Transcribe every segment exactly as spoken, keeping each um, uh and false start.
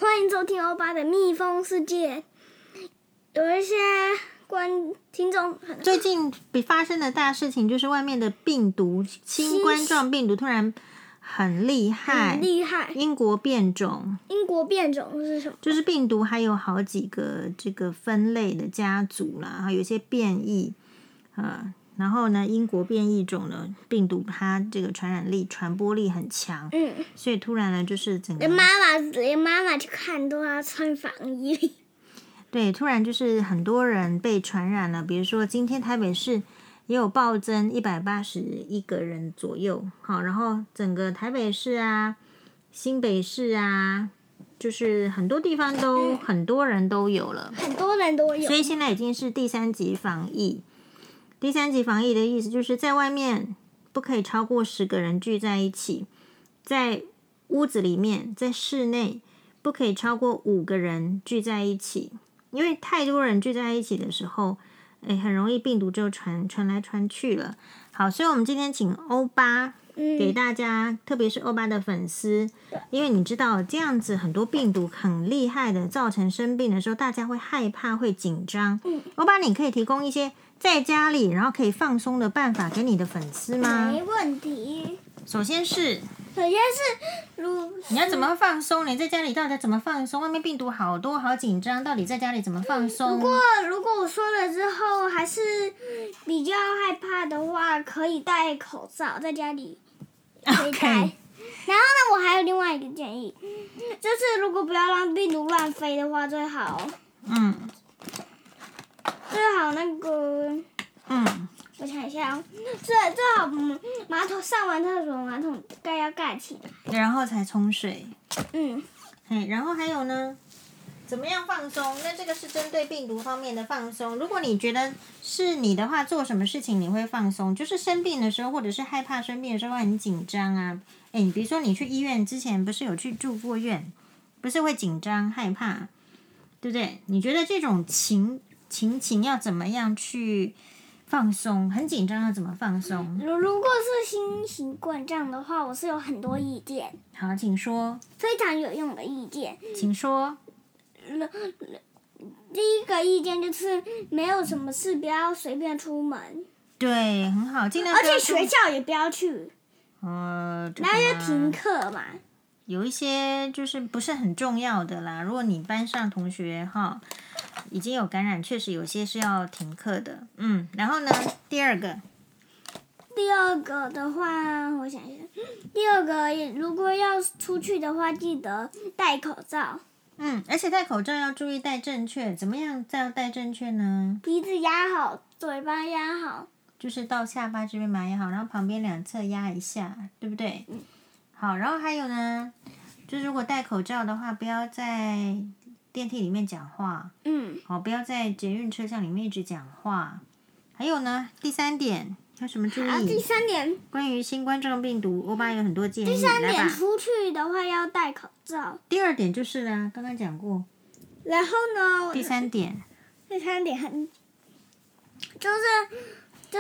欢迎收听欧巴的蜜蜂世界。有一些观听众最近比发生的大事情就是外面的病毒，新冠状病毒突然很厉害， 很厉害。 英国变种， 英国变种是什么？ 就是病毒还有好几个这个分类的家族啦，有些变异啊。然后呢，英国变异种的病毒，它这个传染力、传播力很强， 嗯， 所以突然呢，就是整个连妈妈连妈妈去看都要穿防衣。 对，突然就是很多人被传染了。比如说，今天台北市也有暴增一百八十一个人左右，好，然后整个台北市啊、新北市啊，就是很多地方都、嗯、很多人都有了， 很多人都有， 所以现在已经是第三级防疫。第三级防疫的意思就是在外面不可以超过十个人聚在一起，在屋子里面，在室内不可以超过五个人聚在一起，因为太多人聚在一起的时候，诶，很容易病毒就传传来传去了。好，所以我们今天请欧巴给大家，嗯、特别是欧巴的粉丝，因为你知道这样子很多病毒很厉害的，造成生病的时候，大家会害怕、会紧张。嗯、欧巴，你可以提供一些在家里然后可以放松的办法给你的粉丝吗？ 没问题。 首先是， 首先是，如你要怎么放松？你在家里到底怎么放松？外面病毒好多，好紧张，到底在家里怎么放松？ 如果如果我说了之后还是比较害怕的话，可以戴口罩，在家里可以戴。Okay. 然后呢，我还有另外一个建议，就是如果不要让病毒乱飞的话，最好，嗯，最好那个，嗯。我想一下哦，最最好马桶上完厕所马桶盖要盖起来， 然后才冲水。 嗯， 嘿，然后还有呢，怎么样放松？那这个是针对病毒方面的放松。如果你觉得是你的话，做什么事情你会放松？就是生病的时候，或者是害怕生病的时候很紧张啊。哎，你比如说你去医院之前，不是有去住过院，不是会紧张害怕，对不对？你觉得这种情情形要怎么样去放松？很紧张要怎么放松？ 如如果是新型冠状的话，我是有很多意见。 好，请说。 非常有用的意见。 请说。 第一个意见就是没有什么事不要随便出门。 对，很好，尽量。 而且学校也不要去。 呃， 然后要停课嘛。 有一些就是不是很重要的啦。如果你班上同学哈已经有感染，确实有些是要停课的。嗯，然后呢，第二个， 第二个的话，我想一下，第二个如果要出去的话，记得戴口罩。 嗯，而且戴口罩要注意戴正确，怎么样再要戴正确呢？ 鼻子压好，嘴巴压好， 就是到下巴这边把它压好，然后旁边两侧压一下，对不对？嗯。好，然后还有呢，就是如果戴口罩的话，不要在电梯里面讲话，嗯，好，不要在捷运车厢里面一直讲话。还有呢，第三点有什么注意？ 啊，第三点， 关于新冠状病毒，欧巴有很多建议。 第三点，出去的话要戴口罩。 第二点就是啦，刚刚讲过。 然后呢？ 第三点。 第三点很，就是就是。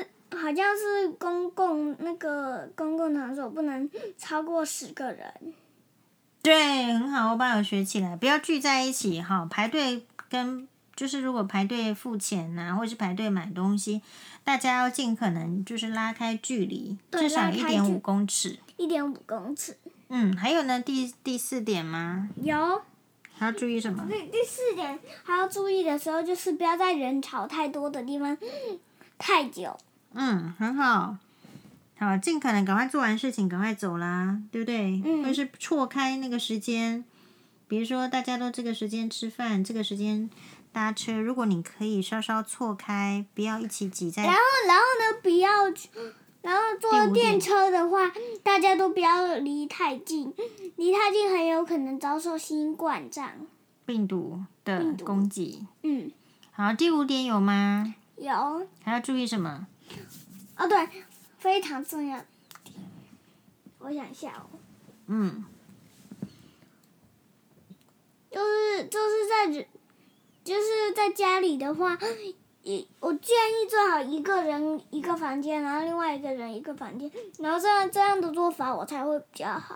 好像是公共那个公共场所不能超过十个人。 对，很好，我把我学起来，不要聚在一起哈。排队跟就是如果排队付钱呐、啊，或是排队买东西，大家要尽可能就是拉开距离，至少一点五公尺。 一点五公尺。 嗯，还有呢，第第四点吗？ 有。 还要注意什么？ 第第四点还要注意的时候，就是不要在人潮太多的地方太久。 嗯，很好，好，尽可能赶快做完事情，赶快走啦，对不对？嗯。或是错开那个时间，比如说大家都这个时间吃饭，这个时间搭车，如果你可以稍稍错开，不要一起挤在。 然后，然后呢？不要，然后坐电车的话，大家都不要离太近，离太近很有可能遭受新冠状病毒的攻击。 嗯。 好，第五点有吗？ 有。 还要注意什么？ 哦，对，非常重要。我想一下哦。嗯。就是就是在就是在家里的话，一我建议最好一个人一个房间，然后另外一个人一个房间，然后这样这样的做法我才会比较好。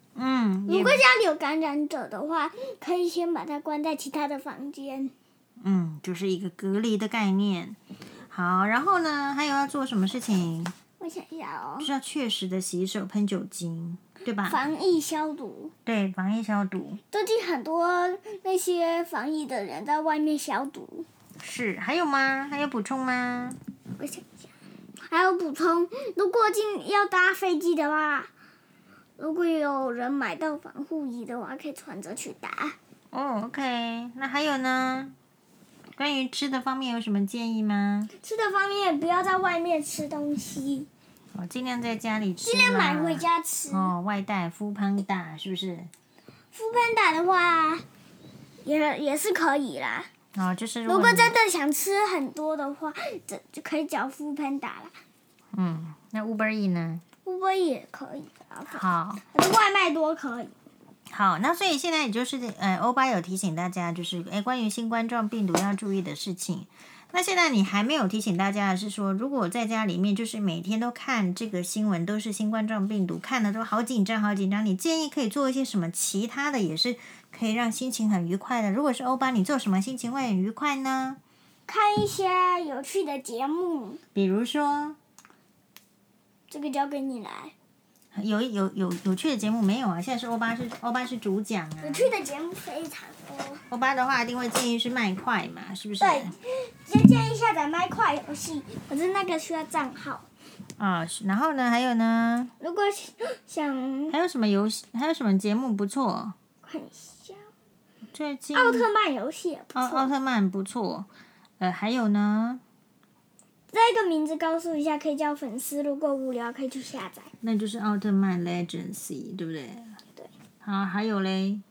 嗯， 如果家里有感染者的话，可以先把它关在其他的房间。 嗯，就是一个隔离的概念。好，然后呢，还有要做什么事情？ 我想一下哦就，是要确实的洗手、喷酒精，对吧？ 防疫消毒。 对，防疫消毒。 最近很多那些防疫的人在外面消毒。 是，还有吗？还有补充吗？ 我想一下，还有补充，如果进要搭飞机的话，如果有人买到防护衣的话，可以穿着去搭。 哦，OK，那还有呢？关于吃的方面有什么建议吗？ 吃的方面不要在外面吃东西， 哦，尽量在家里吃啦。 尽量买回家吃。 哦，外带 Foodpanda 是不是？ Foodpanda 的话，也也是可以啦。 哦，就是如果你真的想吃很多的话，这就可以叫 Foodpanda 啦。 嗯，那 Uber E 呢？ Uber 也可以啊， 好。 可是外卖多可以。 好，那所以现在也就是呃，欧巴有提醒大家，就是哎，关于新冠状病毒要注意的事情。那现在你还没有提醒大家的是说，如果在家里面就是每天都看这个新闻，都是新冠状病毒，看的都好紧张，好紧张。你建议可以做一些什么其他的，也是可以让心情很愉快的。如果是欧巴，你做什么心情会很愉快呢？ 看一些有趣的节目， 比如说， 这个交给你来。 有有有有趣的节目没有啊？现在是欧巴是欧巴是主讲啊。 有趣的节目非常多。 欧巴的话一定会建议是麦块嘛，是不是？ 对，先建议下载麦块游戏，可是那个需要账号。 啊、是然后呢，还有呢？ 如果想还有什么游戏？还有什么节目不错？ 看一下， 最近奥特曼游戏也不奥奥错。 特曼不错。呃，还有呢？ 这个名字告诉一下，可以叫粉丝，如果无聊可以去下载。 那就是奥特曼 Legacy， 对不对？ 对。 好，还有嘞。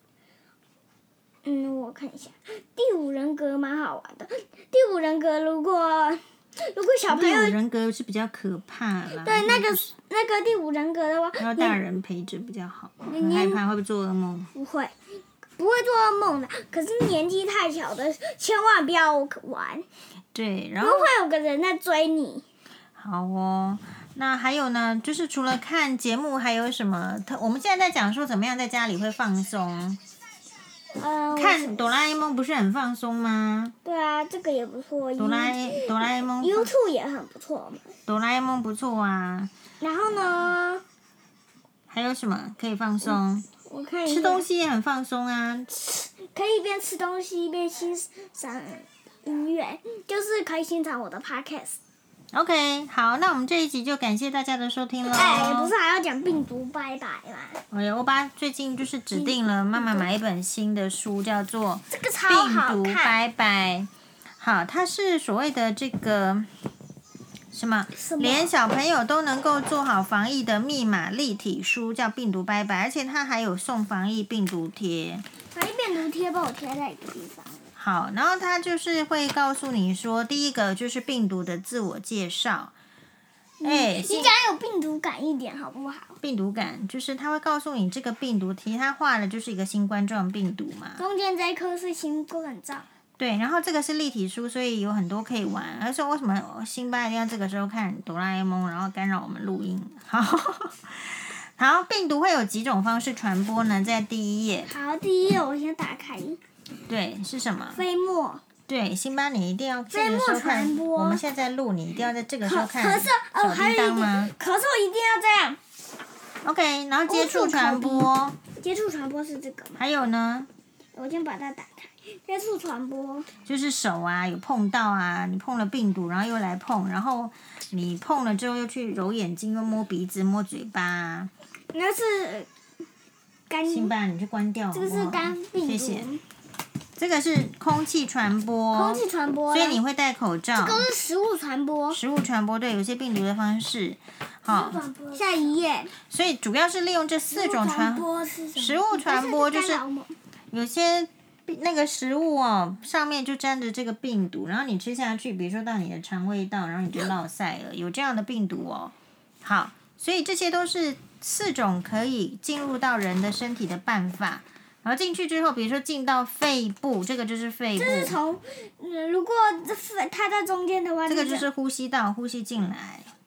嗯，我看一下，第五人格蛮好玩的。第五人格如果如果小朋友第五人格是比较可怕啦。 对那个就是那个第五人格的话， 要大人陪着比较好，很你害怕会不会做噩梦？ 不会不会做噩梦的。可是年纪太小的，千万不要玩， 对，然因后为会有个人在追你。 好哦。那还有呢，就是除了看节目，还有什么？特我们现在在讲说怎么样在家里会放松。 嗯， 看哆啦 A 梦不是很放松吗？ 对啊，这个也不错。 哆啦 A 哆啦 A 梦 YouTube 也很不错嘛。 哆啦 A 梦不错啊。 然后呢， 还有什么可以放松？ 我看一下， 吃东西也很放松啊。 可以一边吃东西一边欣赏音乐，就是可以欣赏我的 podcast。 OK， 好，那我们这一集就感谢大家的收听喽。 哎，不是还要讲病毒拜拜吗？ 哎呀，欧巴最近就是指定了妈妈买一本新的书，叫做这个超 《病好毒看。 拜拜》。好，它是所谓的这个什么， 什么连小朋友都能够做好防疫的密码立体书，叫《病毒拜拜》，而且它还有送防疫病毒贴。 把一病毒贴帮我贴在一个地方。 好，然后它就是会告诉你说，第一个就是病毒的自我介绍。哎、 你讲有病毒感一点好不好？ 病毒感就是它会告诉你这个病毒，其实它画的就是一个新冠状病毒嘛。 中间这一颗是新冠状。 对，然后这个是立体书，所以有很多可以玩。而且为什么辛巴一定要这个时候看哆啦 A 梦，然后干扰我们录音？好，好，病毒会有几种方式传播呢？在第一页， 好，第一页我先打开。 对，是什么？ 飞沫。 对，辛巴，你一定要这个时飞沫候看。 传播我们现在在录，你一定要在这个时咳候看。 咳嗽哦， 小还有一叮当吗点，咳嗽一定要这样。 ？OK，然后接触传播， 接触传播是这个吗？ 还有呢， 我先把它打开。接触传播， 就是手啊有碰到啊，你碰了病毒，然后又来碰，然后你碰了之后又去揉眼睛，又摸鼻子、摸嘴巴啊。 那是干， 辛巴，你去关掉好不好？ 这个是干病毒。 谢谢。这个是空气传播， 空气传播。 所以你会戴口罩。 这个是食物传播。 食物传播，对，有些病毒的方式。好， 下一页。 所以主要是利用这四种传播是什么？ 食物传播就是干扰我有些那个食物哦，上面就沾着这个病毒，然后你吃下去，比如说到你的肠胃道，然后你就落塞了，有这样的病毒哦。好，所以这些都是四种可以进入到人的身体的办法。然后进去之后，比如说进到肺部，这个就是肺部。 这是从，嗯，如果这肺它在中间的话， 这个就是呼吸道，呼吸进来，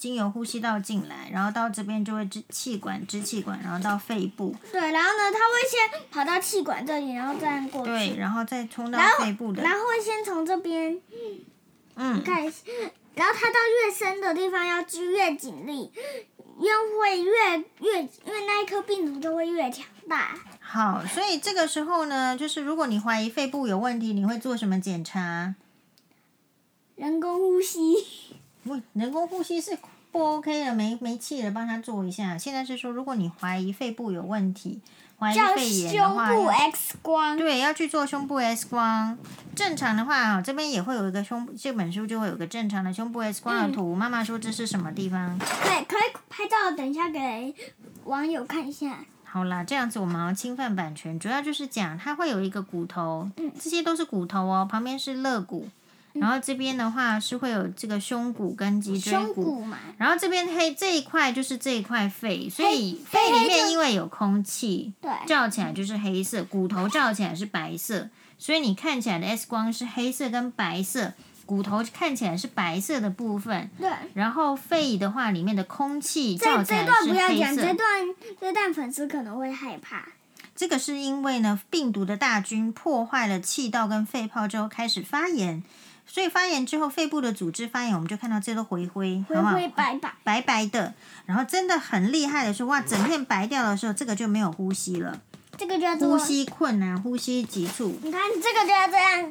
经由呼吸道进来，然后到这边就会支气管、支气管，然后到肺部。 对，然后呢，它会先跑到气管这里，然后再过去。 对，然后再冲到肺部的。 然后会先从这边， 嗯， 看，然后它到越深的地方要聚越紧力，因为会越越，因为那一颗病毒就会越强大。 好，所以这个时候呢，就是如果你怀疑肺部有问题，你会做什么检查？ 人工呼吸。 不，人工呼吸是不 OK 的，没没气了，帮他做一下。现在是说，如果你怀疑肺部有问题，怀疑肺炎的话， 叫胸部 X 光。 对，要去做胸部 X 光。正常的话，这边也会有一个胸，这本书就会有个正常的胸部 X 光的图。嗯、妈妈说这是什么地方？ 对，可以拍照，等一下给网友看一下。 好啦，这样子我们要侵犯版权，主要就是讲它会有一个骨头， 嗯、 这些都是骨头哦，旁边是肋骨。然后这边的话是会有这个胸骨跟脊椎骨， 胸骨嘛。 然后这边黑这一块就是这一块肺，所以肺里面因为有空气， 对， 照起来就是黑色，骨头照起来是白色，所以你看起来的 X 光是黑色跟白色，骨头看起来是白色的部分， 对。 然后肺的话里面的空气照起来是黑色。 这段不要讲，这段这段粉丝可能会害怕。 这个是因为呢，病毒的大军破坏了气道跟肺泡之后开始发炎。所以发炎之后，肺部的组织发炎，我们就看到这都灰灰， 灰灰白白白白的。然后真的很厉害的是，哇，整片白掉的时候，这个就没有呼吸了。 这个叫做呼吸困难，呼吸急促。 你看这个就要这样。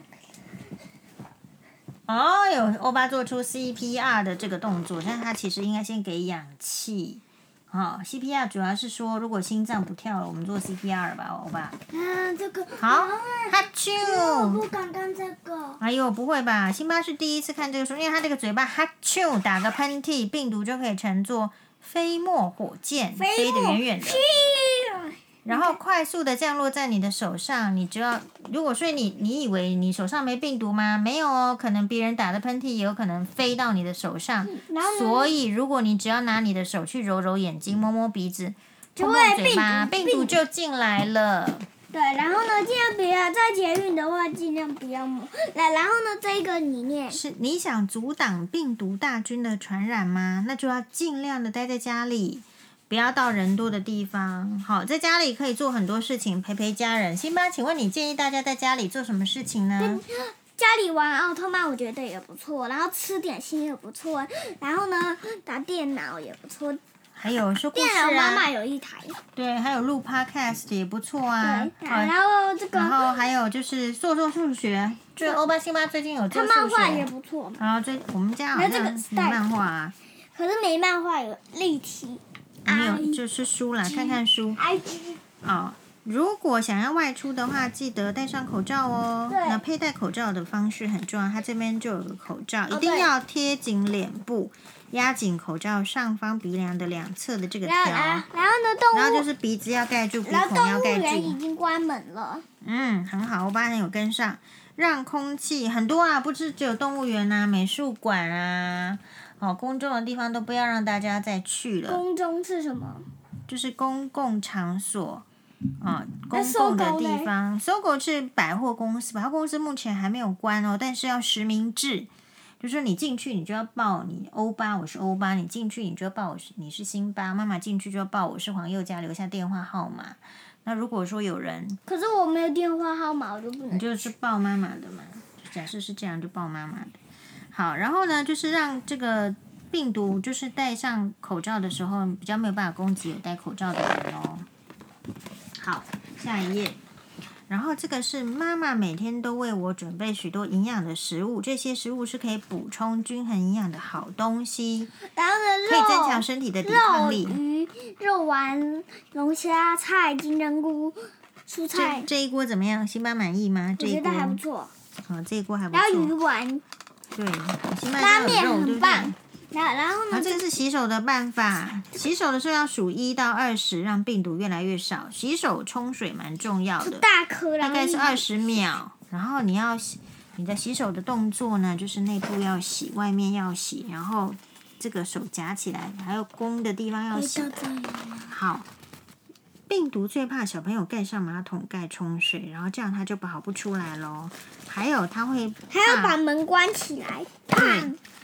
哦，有欧巴做出 C P R 的这个动作，但他其实应该先给氧气。好、哦、，C P R 主要是说，如果心脏不跳了，我们做 C P R 吧，欧巴。 啊，这个好，哈啾。 我不敢干这个。 哎呦，不会吧？辛巴是第一次看这个书，因为他这个嘴巴哈啾打个喷嚏，病毒就可以乘坐飞沫火箭飞得远远的，然后快速的降落在你的手上。你只要，如果说你你以为你手上没病毒吗？没有哦，可能别人打的喷嚏也有可能飞到你的手上。所以如果你只要拿你的手去揉揉眼睛、摸摸鼻子、碰碰嘴巴，病毒就进来了。 对，然后呢，尽量不要在捷运的话，尽量不要摸。来，然后呢，这一个里面是你想阻挡病毒大军的传染吗？那就要尽量的待在家里。不要到人多的地方。好，在家里可以做很多事情，陪陪家人。辛巴，请问你建议大家在家里做什么事情呢？ 家里玩奥特曼，我觉得也不错。然后吃点心也不错。然后呢，打电脑也不错。 还有说故事啊。 电脑妈妈有一台。 对，还有录 podcast 也不错啊。 对，然后这个。 然后还有就是做做数学。就欧巴辛巴最近有做数学。 他漫画也不错。 然后最我们家好像没漫画啊。 可是没漫画有立体。 没有，就是书啦，看看书。哦，如果想要外出的话，记得戴上口罩哦。那佩戴口罩的方式很重要，它这边就有个口罩，一定要贴紧脸部，压紧口罩上方鼻梁的两侧的这个条。然后呢，动物。 然后就是鼻子要盖住，鼻孔要盖住。 动物园已经关门了。 嗯，很好，我爸很有跟上，让空气很多啊，不是只有动物园啊，美术馆啊。哦，公众的地方都不要让大家再去了。 公众是什么？ 就是公共场所，啊、哦，公共的地方。搜狗是百货公司，百货公司目前还没有关哦，但是要实名制，就是说你进去你就要报你欧巴，我是欧巴，你进去你就要报我是你是辛巴，妈妈进去就要报我是黄宥嘉，留下电话号码。那如果说有人， 可是我没有电话号码，我就不能。 你就是报妈妈的嘛，假设是这样就报妈妈的。好，然后呢，就是让这个病毒就是戴上口罩的时候，比较没有办法攻击有戴口罩的人哦。好，下一页。然后这个是妈妈每天都为我准备许多营养的食物，这些食物是可以补充均衡营养的好东西。 然后呢， 可以增强身体的抵抗力。 肉、鱼、肉丸、龙虾、菜、金针菇、蔬菜。 这这一锅怎么样？辛巴满意吗？这一锅我觉得还不错。 好，这一锅还不错。 然后鱼丸。 对，辛巴拉有肉，对不对？ 然然后呢？ 这个是洗手的办法。洗手的时候要数一到二十，让病毒越来越少。洗手冲水蛮重要的， 大颗， 大概是二十秒。然后你要洗你的洗手的动作呢，就是内部要洗，外面要洗，然后这个手夹起来，还有弓的地方要洗。好。病毒最怕小朋友盖上马桶盖冲水，然后这样它就跑不出来咯。还有它会还要把门关起来。 对，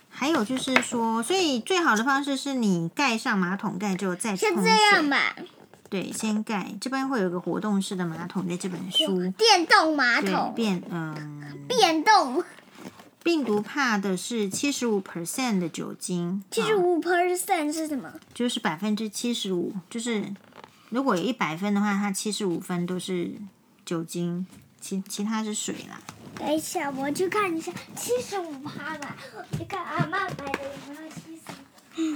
还有就是说，所以最好的方式是你盖上马桶盖之后再冲水。 先这样吧。 对，先盖。这边会有一个活动式的马桶，在这本书。 电动马对， 桶。 变嗯。 变动。 病毒怕的是七十五 percent 的酒精。 七十五 percent 是什么？ 就是百分之七十五，就是如果有一百分的话，它七十五分都是酒精，其其他是水啦。 等一下，我去看一下，七十五趴吧。你看阿嬷买的有没有七十？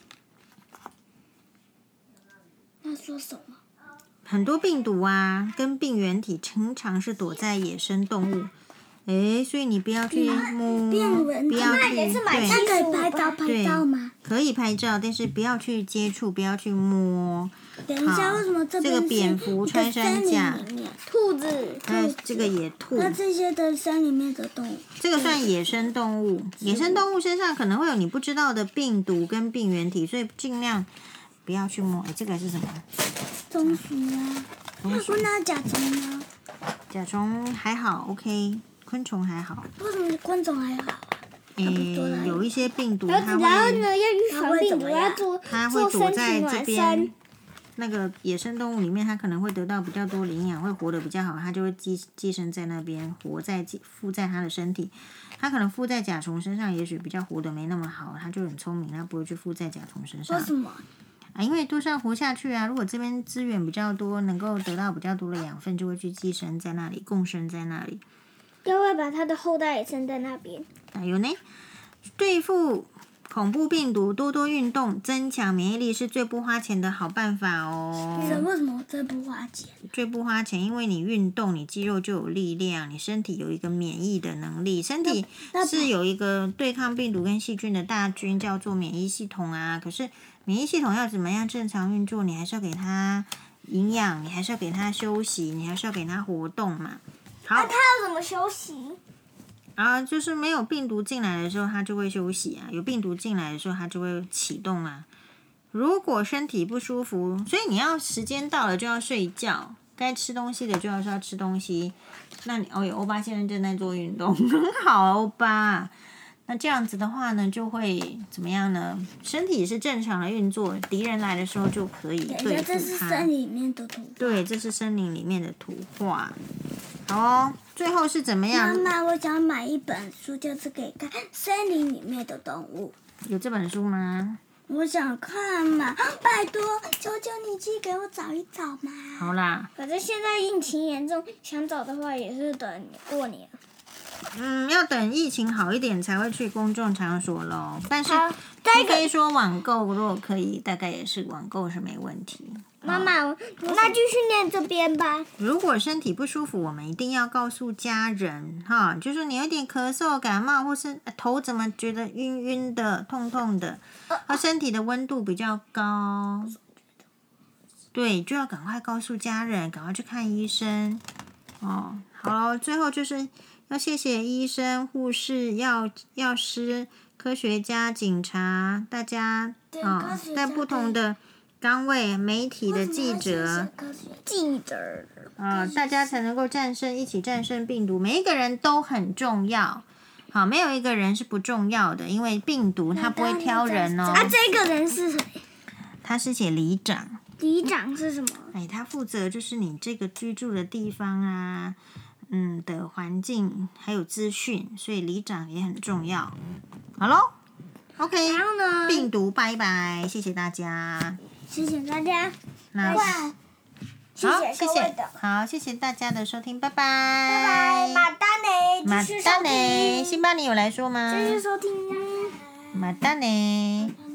那说什么？ 很多病毒啊，跟病原体经常是躲在野生动物。诶，所以你不要去摸，不要去对， 那可以拍照拍照吗？ 可以拍照，但是不要去接触，不要去摸。 等一下，为什么这这个蝙蝠穿山甲， 兔子， 还有这个野兔， 那这些的山里面的动物， 这个算野生动物。野生动物身上可能会有你不知道的病毒跟病原体，所以尽量不要去摸。哎，这个是什么？ 松鼠啊。 松鼠。 那甲虫呢？ 甲虫还好 ，OK。昆虫还好。 为什么昆虫还好？ 诶，有一些病毒它会， 然后呢，要预防病毒，要做它会躲在这边。那个野生动物里面，它可能会得到比较多的营养，会活得比较好，它就会寄寄生在那边，活在附在它的身体。它可能附在甲虫身上，也许比较活得没那么好，它就很聪明，它不会去附在甲虫身上。 为什么？ 啊，因为都是要活下去啊。如果这边资源比较多，能够得到比较多的养分，就会去寄生在那里，共生在那里。 要不要把它的后代也生在那边？ 还有呢，对付恐怖病毒，多多运动，增强免疫力是最不花钱的好办法哦。 为什么最不花钱？ 最不花钱，因为你运动，你肌肉就有力量，你身体有一个免疫的能力，身体是有一个对抗病毒跟细菌的大军，叫做免疫系统啊。可是免疫系统要怎么样正常运作，你还是要给它营养，你还是要给它休息，你还是要给它活动嘛。好， 那它要怎么休息？ 啊，就是没有病毒进来的时候，它就会休息啊；有病毒进来的时候，它就会启动啊。如果身体不舒服，所以你要时间到了就要睡觉，该吃东西的就要是要吃东西。那你哦，欧巴现在正在做运动，很好，欧巴。那这样子的话呢，就会怎么样呢？身体是正常的运作，敌人来的时候就可以对付他。 这是森林里面的图画。 对，这是森林里面的图画。好哦，最后是怎么样？ 妈妈，我想买一本书，就是可以看森林里面的动物。 有这本书吗？ 我想看嘛，拜托，求求你去给我找一找嘛。 好啦。 可是现在疫情严重，想找的话也是等过年。 嗯，要等疫情好一点才会去公众场所咯。但是，除非说网购，如果可以，大概也是网购是没问题。 妈妈，那继续念这边吧。 如果身体不舒服，我们一定要告诉家人哈，就是你有点咳嗽、感冒，或是头怎么觉得晕晕的、痛痛的，和身体的温度比较高，对，就要赶快告诉家人，赶快去看医生。哦，好了，最后就是要谢谢医生、护士、药药师、科学家、警察，大家啊、哦，在不同的岗位，媒体的记者， 记者啊、呃，大家才能够战胜，一起战胜病毒。每一个人都很重要，好，没有一个人是不重要的，因为病毒它不会挑人哦。 啊，这个人是谁？ 他是写里长。 里长是什么？ 哎，他负责就是你这个居住的地方啊，嗯的环境还有资讯，所以里长也很重要。好咯 OK， 然后呢？ 病毒拜拜，谢谢大家。 谢谢大家。 那好，谢谢各位的。 好，谢谢大家的收听，拜拜。 拜拜，马丹尼， 马丹尼，辛巴尼有来说吗？ 继续收听。 马丹尼。